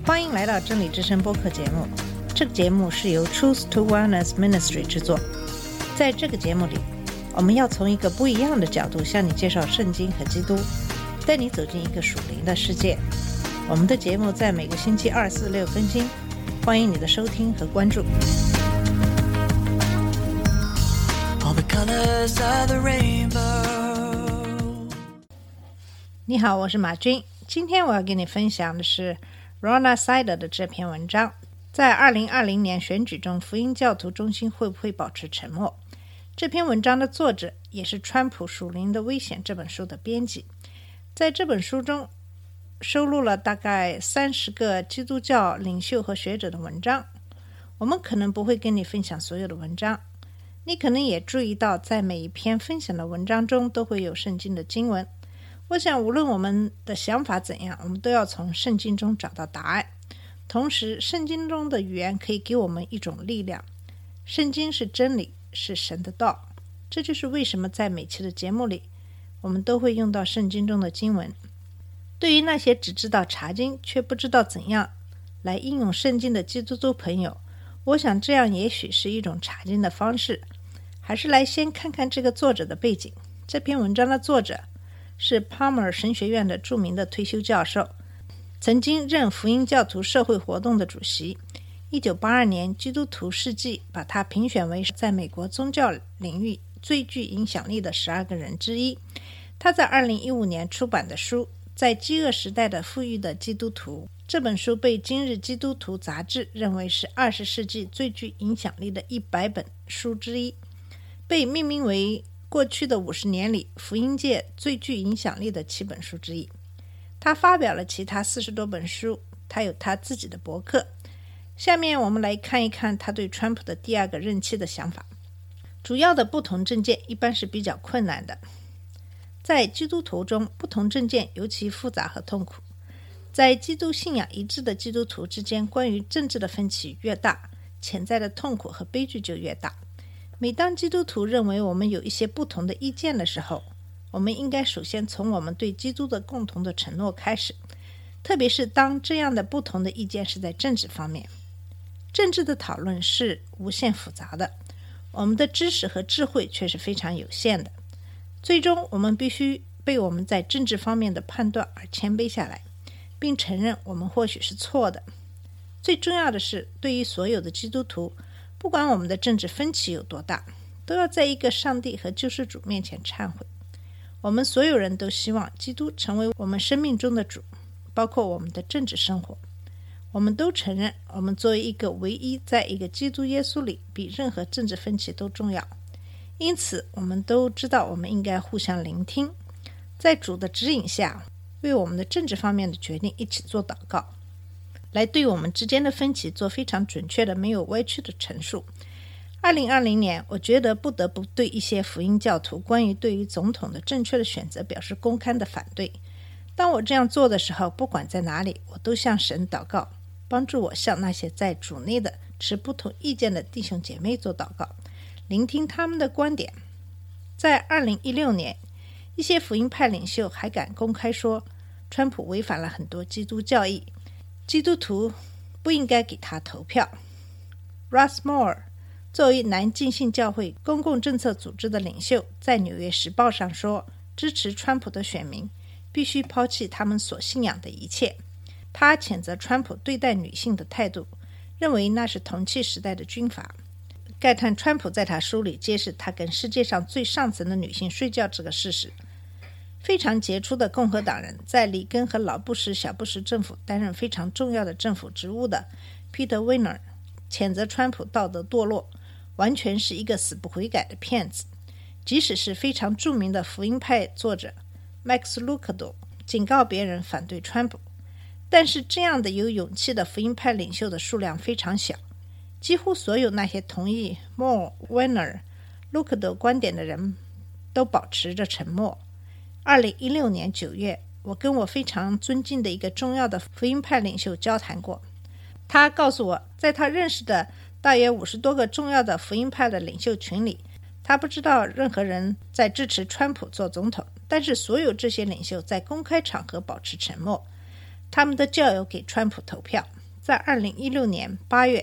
欢迎来到真理之声播客节目。这个节目是由 Truth to Wellness Ministry 制作。在这个节目里，我们要从一个不一样的角度向你介绍圣经和基督，带你走进一个属灵的世界。我们的节目在每个星期2、4、6更新，欢迎你的收听和关注。All the colors of the rainbow。 你好，我是马军。今天我要跟你分享的是 Rona Sider 的这篇文章，在2020年选举中，福音教徒中心会不会保持沉默？这篇文章的作者也是《川普属灵的危险》这本书的编辑。在这本书中收录了大概30个基督教领袖和学者的文章。我们可能不会跟你分享所有的文章，你可能也注意到在每一篇分享的文章中都会有圣经的经文。我想无论我们的想法怎样，我们都要从圣经中找到答案。同时，圣经中的语言可以给我们一种力量。圣经是真理，是神的道。这就是为什么在每期的节目里，我们都会用到圣经中的经文。对于那些只知道查经却不知道怎样来应用圣经的基督徒朋友，我想这样也许是一种查经的方式。还是来先看看这个作者的背景。这篇文章的作者是帕默尔神学院的著名的退休教授，曾经任福音教徒社会活动的主席。1982年基督徒世纪把他评选为在美国宗教领域最具影响力的12个人之一。他在2015年出版的书《在饥饿时代的富裕的基督徒》，这本书被今日基督徒杂志认为是20世纪最具影响力的100本书之一，被命名为过去的50年里福音界最具影响力的7本书之一。他发表了其他40多本书，他有他自己的博客。下面我们来看一看他对川普的第2个任期的想法。主要的不同政见一般是比较困难的，在基督徒中，不同政见尤其复杂和痛苦。在基督信仰一致的基督徒之间，关于政治的分歧越大，潜在的痛苦和悲剧就越大。每当基督徒认为我们有一些不同的意见的时候，我们应该首先从我们对基督的共同的承诺开始，特别是当这样的不同的意见是在政治方面。政治的讨论是无限复杂的，我们的知识和智慧却是非常有限的。最终我们必须被我们在政治方面的判断而谦卑下来，并承认我们或许是错的。最重要的是，对于所有的基督徒，不管我们的政治分歧有多大，都要在一个上帝和救世主面前忏悔。我们所有人都希望基督成为我们生命中的主，包括我们的政治生活。我们都承认，我们作为一个唯一在一个基督耶稣里比任何政治分歧都重要。因此我们都知道我们应该互相聆听，在主的指引下为我们的政治方面的决定一起做祷告，来对我们之间的分歧做非常准确的没有歪曲的陈述。2020年我觉得不得不对一些福音教徒关于对于总统的正确的选择表示公开的反对。当我这样做的时候，不管在哪里，我都向神祷告，帮助我向那些在主内的持不同意见的弟兄姐妹做祷告，聆听他们的观点。在2016年，一些福音派领袖还敢公开说川普违反了很多基督教义，基督徒不应该给他投票。 Russ Moore 作为南浸信教会公共政策组织的领袖，在纽约时报上说，支持川普的选民必须抛弃他们所信仰的一切。他谴责川普对待女性的态度，认为那是铜器时代的军阀。慨叹川普在他书里揭示他跟世界上最上层的女性睡觉这个事实。非常杰出的共和党人，在里根和老布什、小布什政府担任非常重要的政府职务的 Peter Wiener 谴责川普道德堕落，完全是一个死不悔改的骗子。即使是非常著名的福音派作者 Max Lucado 警告别人反对川普，但是这样的有勇气的福音派领袖的数量非常小。几乎所有那些同意 Moore、Weiner、Lucado 观点的人都保持着沉默。2016年9月，我跟我非常尊敬的一个重要的福音派领袖交谈过。他告诉我，在他认识的大约50多个重要的福音派的领袖群里，他不知道任何人在支持川普做总统，但是所有这些领袖在公开场合保持沉默。他们的教友给川普投票。 在2016年8月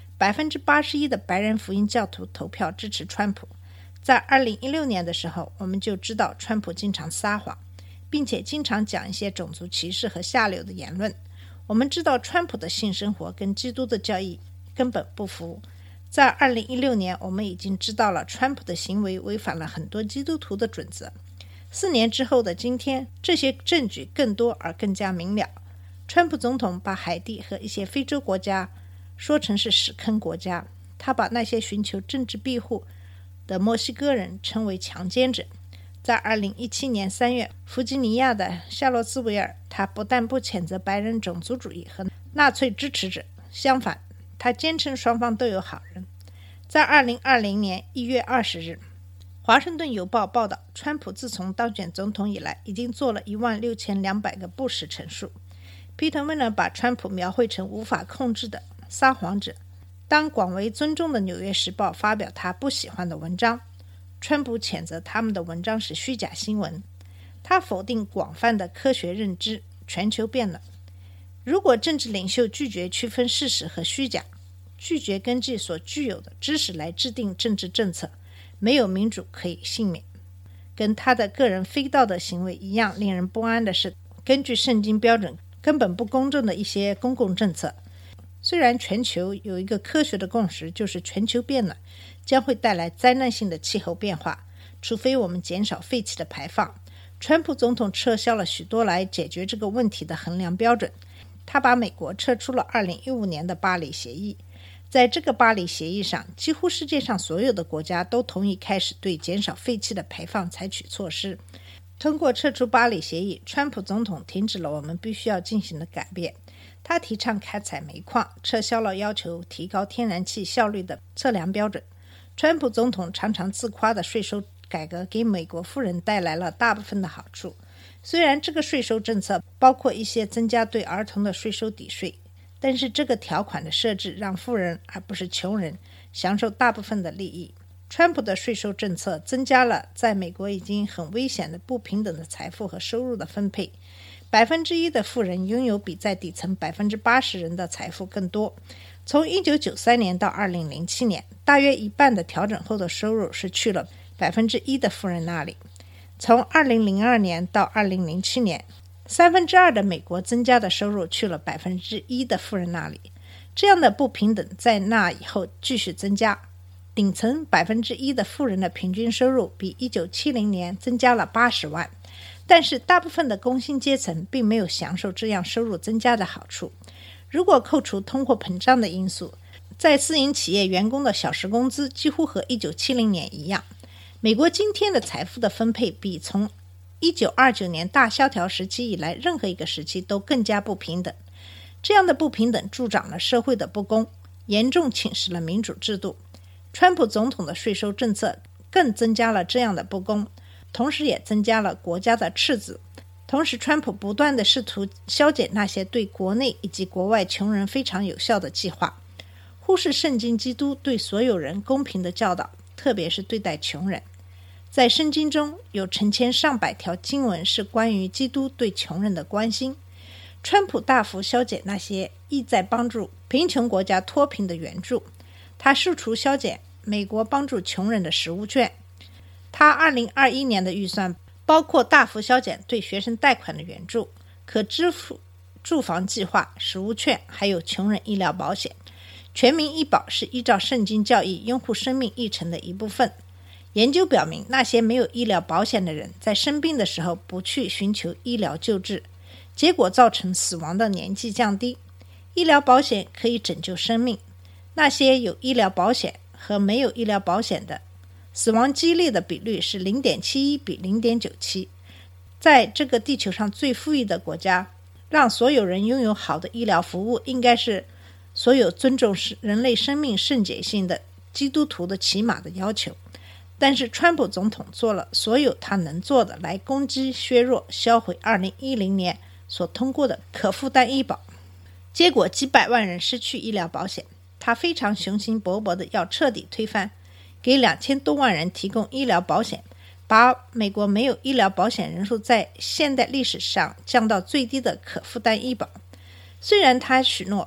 ，81%的白人福音教徒投票支持川普。在2016年的时候，我们就知道川普经常撒谎，并且经常讲一些种族歧视和下流的言论。我们知道川普的性生活跟基督的教义根本不符。在2016年，我们已经知道了川普的行为违反了很多基督徒的准则。4年之后的今天，这些证据更多而更加明了。川普总统把海地和一些非洲国家说成是屎坑国家，他把那些寻求政治庇护的墨西哥人称为强奸者。在2017年3月，弗吉尼亚的夏洛斯维尔，他不但不谴责白人种族主义和纳粹支持者，相反，他坚称双方都有好人。在2020年1月20日，华盛顿邮报报道，川普自从当选总统以来，已经做了16200个不实陈述。皮特威尔把川普描绘成无法控制的撒谎者。当广为尊重的《纽约时报》发表他不喜欢的文章，川普谴责他们的文章是虚假新闻。他否定广泛的科学认知，全球变了。如果政治领袖拒绝区分事实和虚假，拒绝根据所具有的知识来制定政治政策，没有民主可以幸免。跟他的个人非道德行为一样令人不安的是，根据圣经标准根本不公正的一些公共政策。虽然全球有一个科学的共识，就是全球变暖将会带来灾难性的气候变化，除非我们减少废气的排放。川普总统撤销了许多来解决这个问题的衡量标准，他把美国撤出了2015年的巴黎协议。在这个巴黎协议上，几乎世界上所有的国家都同意开始对减少废气的排放采取措施。通过撤出巴黎协议，川普总统停止了我们必须要进行的改变。他提倡开采煤矿，撤销了要求提高天然气效率的测量标准。川普总统常常自夸的税收改革给美国富人带来了大部分的好处。虽然这个税收政策包括一些增加对儿童的税收抵税，但是这个条款的设置让富人而不是穷人享受大部分的利益。川普的税收政策增加了在美国已经很危险的不平等的财富和收入的分配。1%的富人拥有比在底层80%人的财富更多。从1993年到2007年，大约一半的调整后的收入是去了1%的富人那里。从2002年到2007年，2/3的美国增加的收入去了1%的富人那里。这样的不平等在那以后继续增加。顶层1%的富人的平均收入比1970年增加了80万，但是大部分的工薪阶层并没有享受这样收入增加的好处。如果扣除通货膨胀的因素，在私营企业员工的小时工资几乎和1970年一样。美国今天的财富的分配比从1929年大萧条时期以来任何一个时期都更加不平等。这样的不平等助长了社会的不公，严重侵蚀了民主制度。川普总统的税收政策更增加了这样的不公，同时也增加了国家的赤字。同时，川普不断地试图削减那些对国内以及国外穷人非常有效的计划，忽视圣经基督对所有人公平的教导，特别是对待穷人。在圣经中有成千上百条经文是关于基督对穷人的关心。川普大幅削减那些意在帮助贫穷国家脱贫的援助，他试图削减美国帮助穷人的食物券。他2021年的预算包括大幅削减对学生贷款的援助、可支付住房计划、食物券，还有穷人医疗保险。全民医保是依照圣经教义拥护生命议程的一部分。研究表明，那些没有医疗保险的人在生病的时候不去寻求医疗救治，结果造成死亡的年纪降低。医疗保险可以拯救生命。那些有医疗保险和没有医疗保险的死亡几率的比率是 0.71 比 0.97。 在这个地球上最富裕的国家，让所有人拥有好的医疗服务应该是所有尊重人类生命圣洁性的基督徒的起码的要求。但是川普总统做了所有他能做的来攻击、削弱、销毁2010年所通过的可负担医保，结果几百万人失去医疗保险。他非常雄心勃勃的要彻底推翻，给2000多万人提供医疗保险，把美国没有医疗保险人数在现代历史上降到最低的可负担医保。虽然他许诺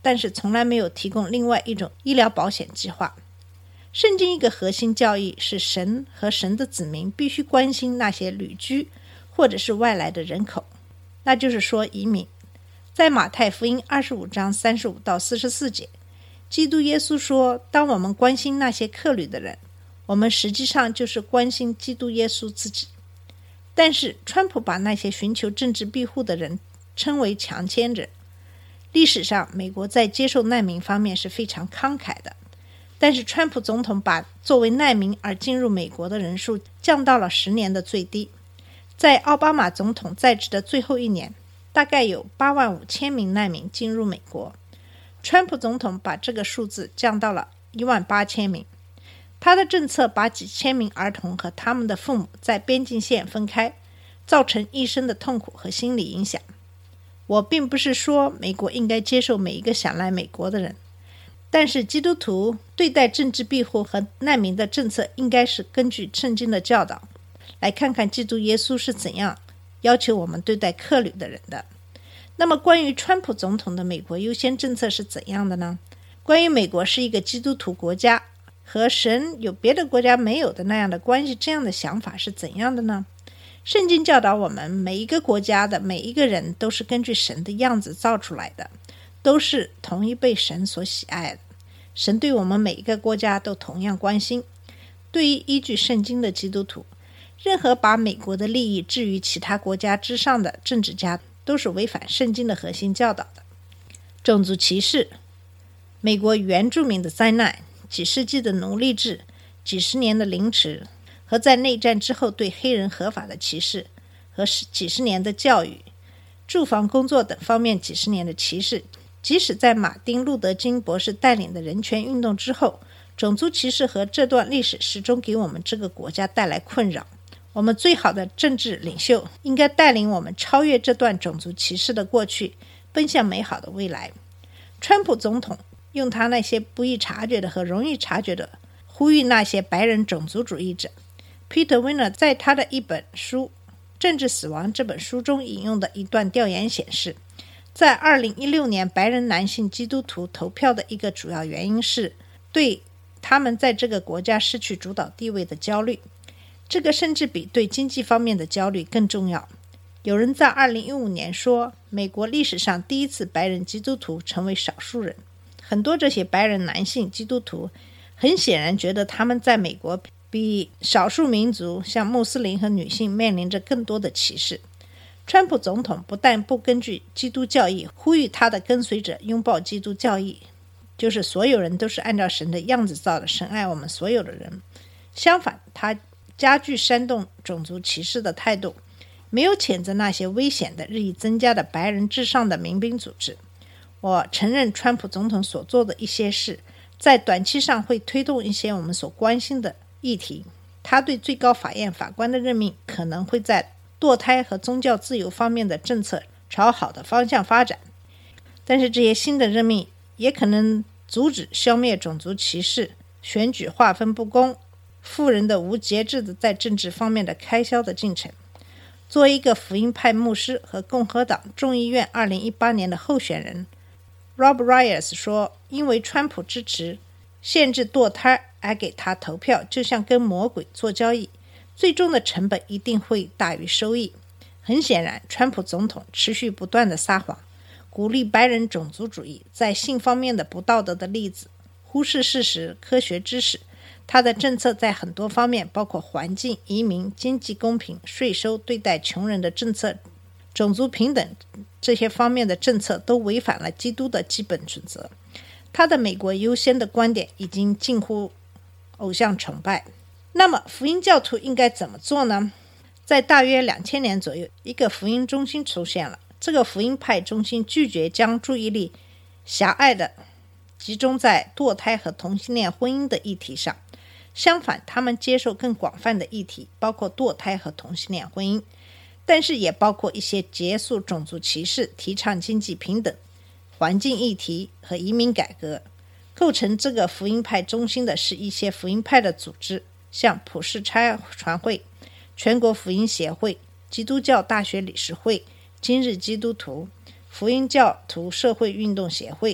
但是从来没有提供另外一种医疗保险计划。圣经一个核心教义是神和神的子民必须关心那些旅居或者是外来的人口，那就是说移民。在马太福音25章35到44节，基督耶稣说，当我们关心那些客旅的人，我们实际上就是关心基督耶稣自己。但是川普把那些寻求政治庇护的人称为强奸者。历史上美国在接受难民方面是非常慷慨的，但是川普总统把作为难民而进入美国的人数降到了10年的最低。在奥巴马总统在职的最后一年，大概有85000名难民进入美国。川普总统把这个数字降到了18000名。他的政策把几千名儿童和他们的父母在边境线分开，造成一生的痛苦和心理影响。我并不是说美国应该接受每一个想来美国的人，但是基督徒对待政治庇护和难民的政策应该是根据圣经的教导，来看看基督耶稣是怎样要求我们对待客旅的人的。那么关于川普总统的美国优先政策是怎样的呢？关于美国是一个基督徒国家，和神有别的国家没有的那样的关系，这样的想法是怎样的呢？圣经教导我们，每一个国家的每一个人都是根据神的样子造出来的，都是同一被神所喜爱的。神对我们每一个国家都同样关心。对于依据圣经的基督徒，任何把美国的利益置于其他国家之上的政治家都是违反圣经的核心教导的。种族歧视、美国原住民的灾难、几世纪的奴隶制、几十年的凌迟和在内战之后对黑人合法的歧视和几十年的教育、住房工作等方面几十年的歧视，即使在马丁·路德·金博士带领的人权运动之后，种族歧视和这段历史始终给我们这个国家带来困扰。我们最好的政治领袖应该带领我们超越这段种族歧视的过去，奔向美好的未来。川普总统用他那些不易察觉的和容易察觉的呼吁那些白人种族主义者。 Peter Wiener 在他的一本书《政治死亡》这本书中引用的一段调研显示，在2016年白人男性基督徒投票的一个主要原因是对他们在这个国家失去主导地位的焦虑，这个甚至比对经济方面的焦虑更重要。有人在2015年说，美国历史上第一次白人基督徒成为少数人。很多这些白人男性基督徒很显然觉得他们在美国比少数民族像穆斯林和女性面临着更多的歧视。川普总统不但不根据基督教义呼吁他的跟随者拥抱基督教义，就是所有人都是按照神的样子造的，神爱我们所有的人。相反，他加剧煽动种族歧视的态度，没有谴责那些危险的日益增加的白人至上的民兵组织。我承认川普总统所做的一些事在短期上会推动一些我们所关心的议题。他对最高法院法官的任命可能会在堕胎和宗教自由方面的政策朝好的方向发展，但是这些新的任命也可能阻止消灭种族歧视、选举划分不公、富人的无节制的在政治方面的开销的进程。作为一个福音派牧师和共和党众议院2018年的候选人， Rob Reyes 说，因为川普支持限制堕胎而给他投票，就像跟魔鬼做交易，最终的成本一定会大于收益。很显然，川普总统持续不断的撒谎，鼓励白人种族主义，在性方面的不道德的例子，忽视事实、科学知识。他的政策在很多方面，包括环境、移民、经济公平、税收、对待穷人的政策、种族平等，这些方面的政策都违反了基督的基本准则。他的美国优先的观点已经近乎偶像崇拜。那么福音教徒应该怎么做呢？在大约2000年左右，一个福音中心出现了。这个福音派中心拒绝将注意力狭隘地集中在堕胎和同性恋婚姻的议题上，相反，他们接受更广泛的议题，包括堕胎和同性恋婚姻，但是也包括一些结束种族歧视、提倡经济平等、环境议题和移民改革。构成这个福音派中心的是一些福音派的组织，像普世差传会、全国福音协会、基督教大学理事会、今日基督徒、福音教徒社会运动协会、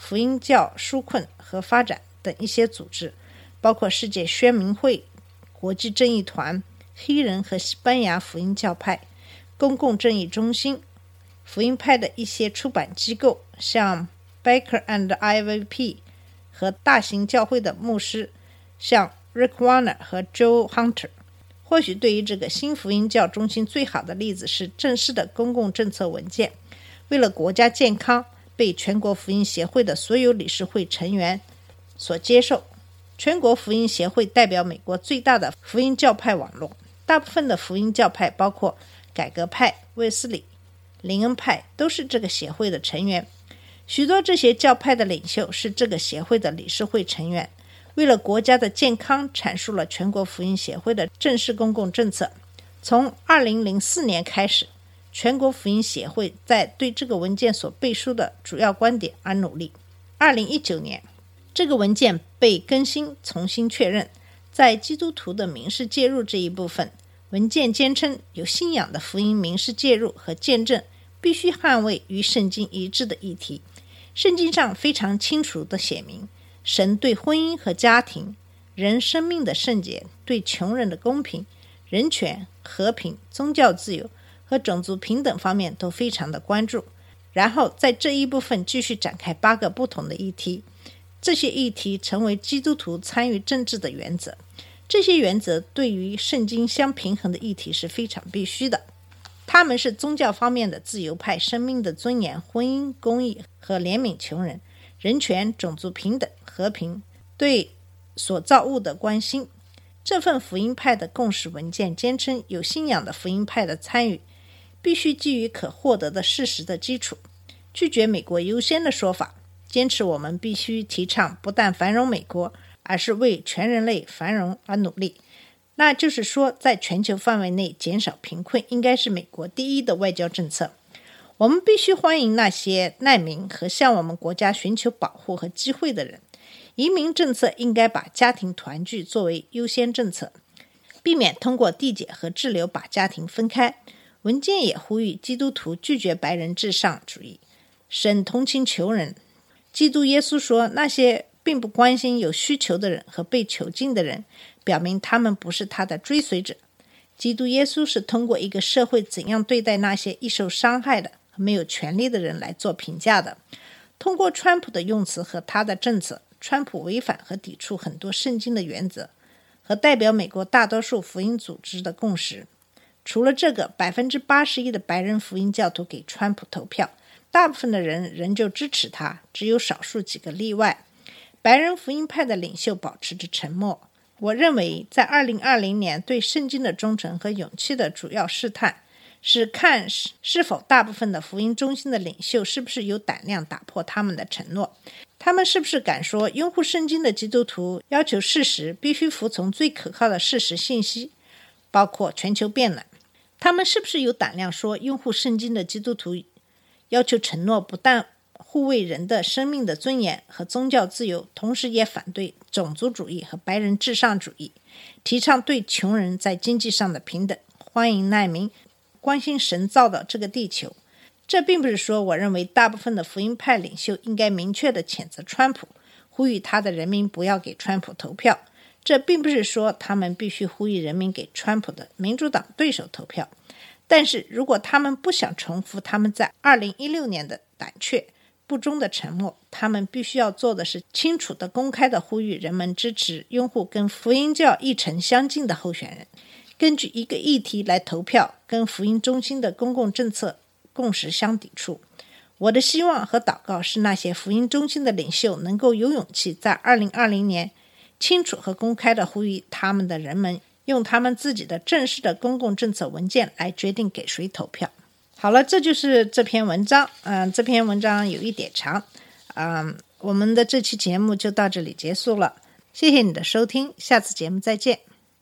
福音教纾困和发展等一些组织，包括世界宣明会、国际正义团、黑人和西班牙福音教派、公共正义中心、福音派的一些出版机构，像 Baker and IVP 和大型教会的牧师，像 Rick Warner 和 Joe Hunter。或许对于这个新福音教中心最好的例子是正式的公共政策文件，为了国家健康，被全国福音协会的所有理事会成员所接受。全国福音协会代表美国最大的福音教派网络，大部分的福音教派包括改革派、卫斯理、林恩派都是这个协会的成员。许多这些教派的领袖是这个协会的理事会成员，为了国家的健康阐述了全国福音协会的正式公共政策。从2004年开始，全国福音协会在对这个文件所背书的主要观点而努力。2019年，这个文件被更新重新确认。在基督徒的民事介入这一部分，文件坚称有信仰的福音民事介入和见证必须捍卫与圣经一致的议题。圣经上非常清楚地写明，神对婚姻和家庭、人生命的圣洁、对穷人的公平、人权、和平、宗教自由和种族平等方面都非常的关注。然后在这一部分继续展开8个不同的议题，这些议题成为基督徒参与政治的原则。这些原则对于圣经相平衡的议题是非常必须的。他们是宗教方面的自由派、生命的尊严、婚姻、公义和怜悯穷人、人权、种族平等、和平、对所造物的关心。这份福音派的共识文件坚称，有信仰的福音派的参与必须基于可获得的事实的基础，拒绝美国优先的说法，坚持我们必须提倡不但繁荣美国，而是为全人类繁荣而努力。那就是说，在全球范围内减少贫困应该是美国第一的外交政策。我们必须欢迎那些难民和向我们国家寻求保护和机会的人。移民政策应该把家庭团聚作为优先政策，避免通过递解和滞留把家庭分开。文件也呼吁基督徒拒绝白人至上主义，神同情穷人。基督耶稣说，那些并不关心有需求的人和被囚禁的人，表明他们不是他的追随者。基督耶稣是通过一个社会怎样对待那些易受伤害的和没有权利的人来做评价的。通过川普的用词和他的政策，川普违反和抵触很多圣经的原则和代表美国大多数福音组织的共识。除了这个，81%的白人福音教徒给川普投票，大部分的人仍旧支持他，只有少数几个例外。白人福音派的领袖保持着沉默。我认为在2020年对圣经的忠诚和勇气的主要试探是看是否大部分的福音中心的领袖是不是有胆量打破他们的承诺，他们是不是敢说拥护圣经的基督徒要求事实必须服从最可靠的事实信息，包括全球变暖。他们是不是有胆量说拥护圣经的基督徒要求承诺不但护卫人的生命的尊严和宗教自由，同时也反对种族主义和白人至上主义，提倡对穷人在经济上的平等，欢迎难民，关心神造的这个地球。这并不是说我认为大部分的福音派领袖应该明确地谴责川普，呼吁他的人民不要给川普投票。这并不是说他们必须呼吁人民给川普的民主党对手投票。但是如果他们不想重复他们在2016年的胆怯不忠的沉默，他们必须要做的是清楚的公开的呼吁人们支持拥护跟福音教一程相近的候选人，根据一个议题来投票，跟福音中心的公共政策共识相抵触。我的希望和祷告是那些福音中心的领袖能够有勇气在2020年清楚和公开的呼吁他们的人们用他们自己的正式的公共政策文件来决定给谁投票。好了，这就是这篇文章。这篇文章有一点长。我们的这期节目就到这里结束了，谢谢你的收听，下次节目再见。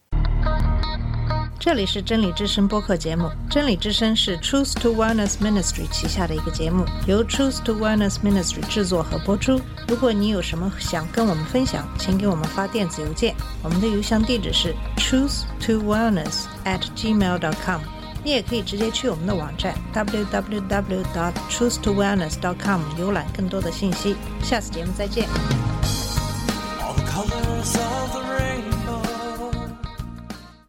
这里是真理之声播客节目，真理之声是 Truth to Wellness Ministry 旗下的一个节目，由 Truth to Wellness Ministry 制作和播出。如果你有什么想跟我们分享，请给我们发电子邮件，我们的邮箱地址是 truthtowellness@gmail.com 你也可以直接去我们的网站 www.truthtowellness.com 浏览更多的信息。下次节目再见。 All the colors of